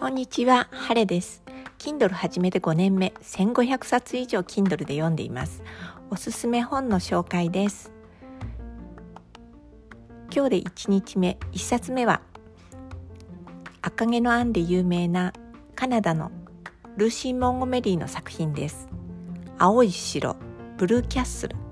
こんにちは、ハレです。Kindle 始めて5年目、1500冊以上 Kindle で読んでいます。おすすめ本の紹介です。今日で1日目、1冊目は赤毛のアンで有名なカナダのルーシー・モンゴメリーの作品です。青い城、ブルーキャッスル。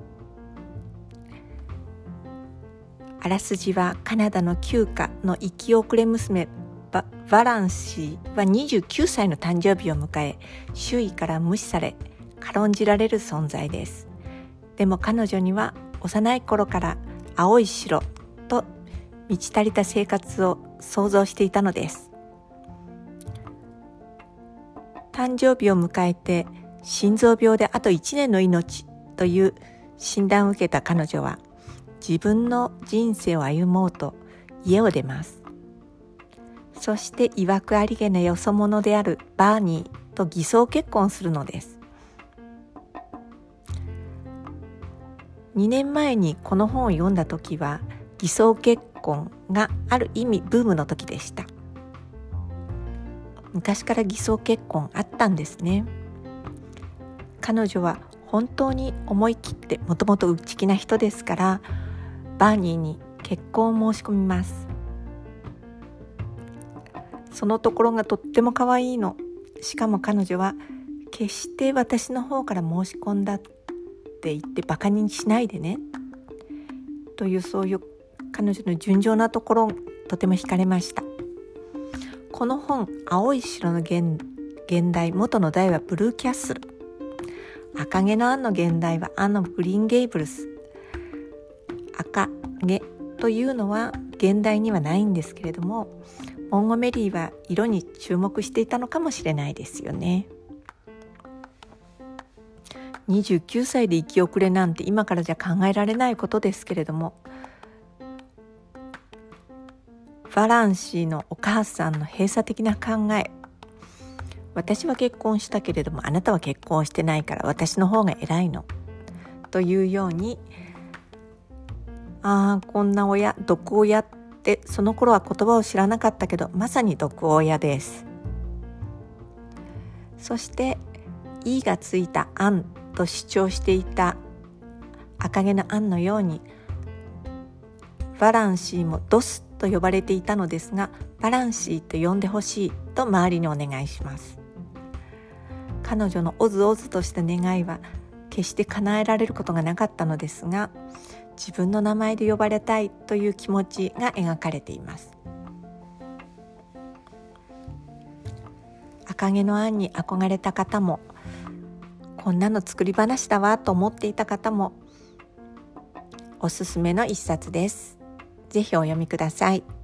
あらすじはカナダの旧家の生き遅れ娘バランシーは29歳の誕生日を迎え、周囲から無視され軽んじられる存在です。でも彼女には幼い頃から青い城と満ち足りた生活を想像していたのです。誕生日を迎えて心臓病であと1年の命という診断を受けた彼女は自分の人生を歩もうと家を出ます。そして曰くありげなよそ者であるバーニーと偽装結婚するのです。2年前にこの本を読んだ時は偽装結婚がある意味ブームの時でした。昔から偽装結婚あったんですね。彼女は本当に思い切ってもともと内気な人ですからバーニーに結婚を申し込みます。そのところがとっても可愛いの。しかも彼女は決して私の方から申し込んだって言ってバカにしないでねという、そういう彼女の純情なところとても惹かれました。この本青い城の現代、元の題はブルーキャッスル、赤毛のアンの現代はアンのグリーンゲイブルス。赤毛というのは現代にはないんですけれども、モンゴメリーは色に注目していたのかもしれないですよね。29歳で生き遅れなんて今からじゃ考えられないことですけれども、バランシーのお母さんの閉鎖的な考え、私は結婚したけれどもあなたは結婚してないから私の方が偉いのというように、こんな毒親ってその頃は言葉を知らなかったけどまさに毒親です。そしていがついたアンと主張していた赤毛のアンのようにバランシーもドスと呼ばれていたのですが、バランシーと呼んでほしいと周りにお願いします。彼女のおずおずとした願いは決して叶えられることがなかったのですが、自分の名前で呼ばれたいという気持ちが描かれています。赤毛のアンに憧れた方も、こんなの作り話だわと思っていた方も、おすすめの一冊です。ぜひお読みください。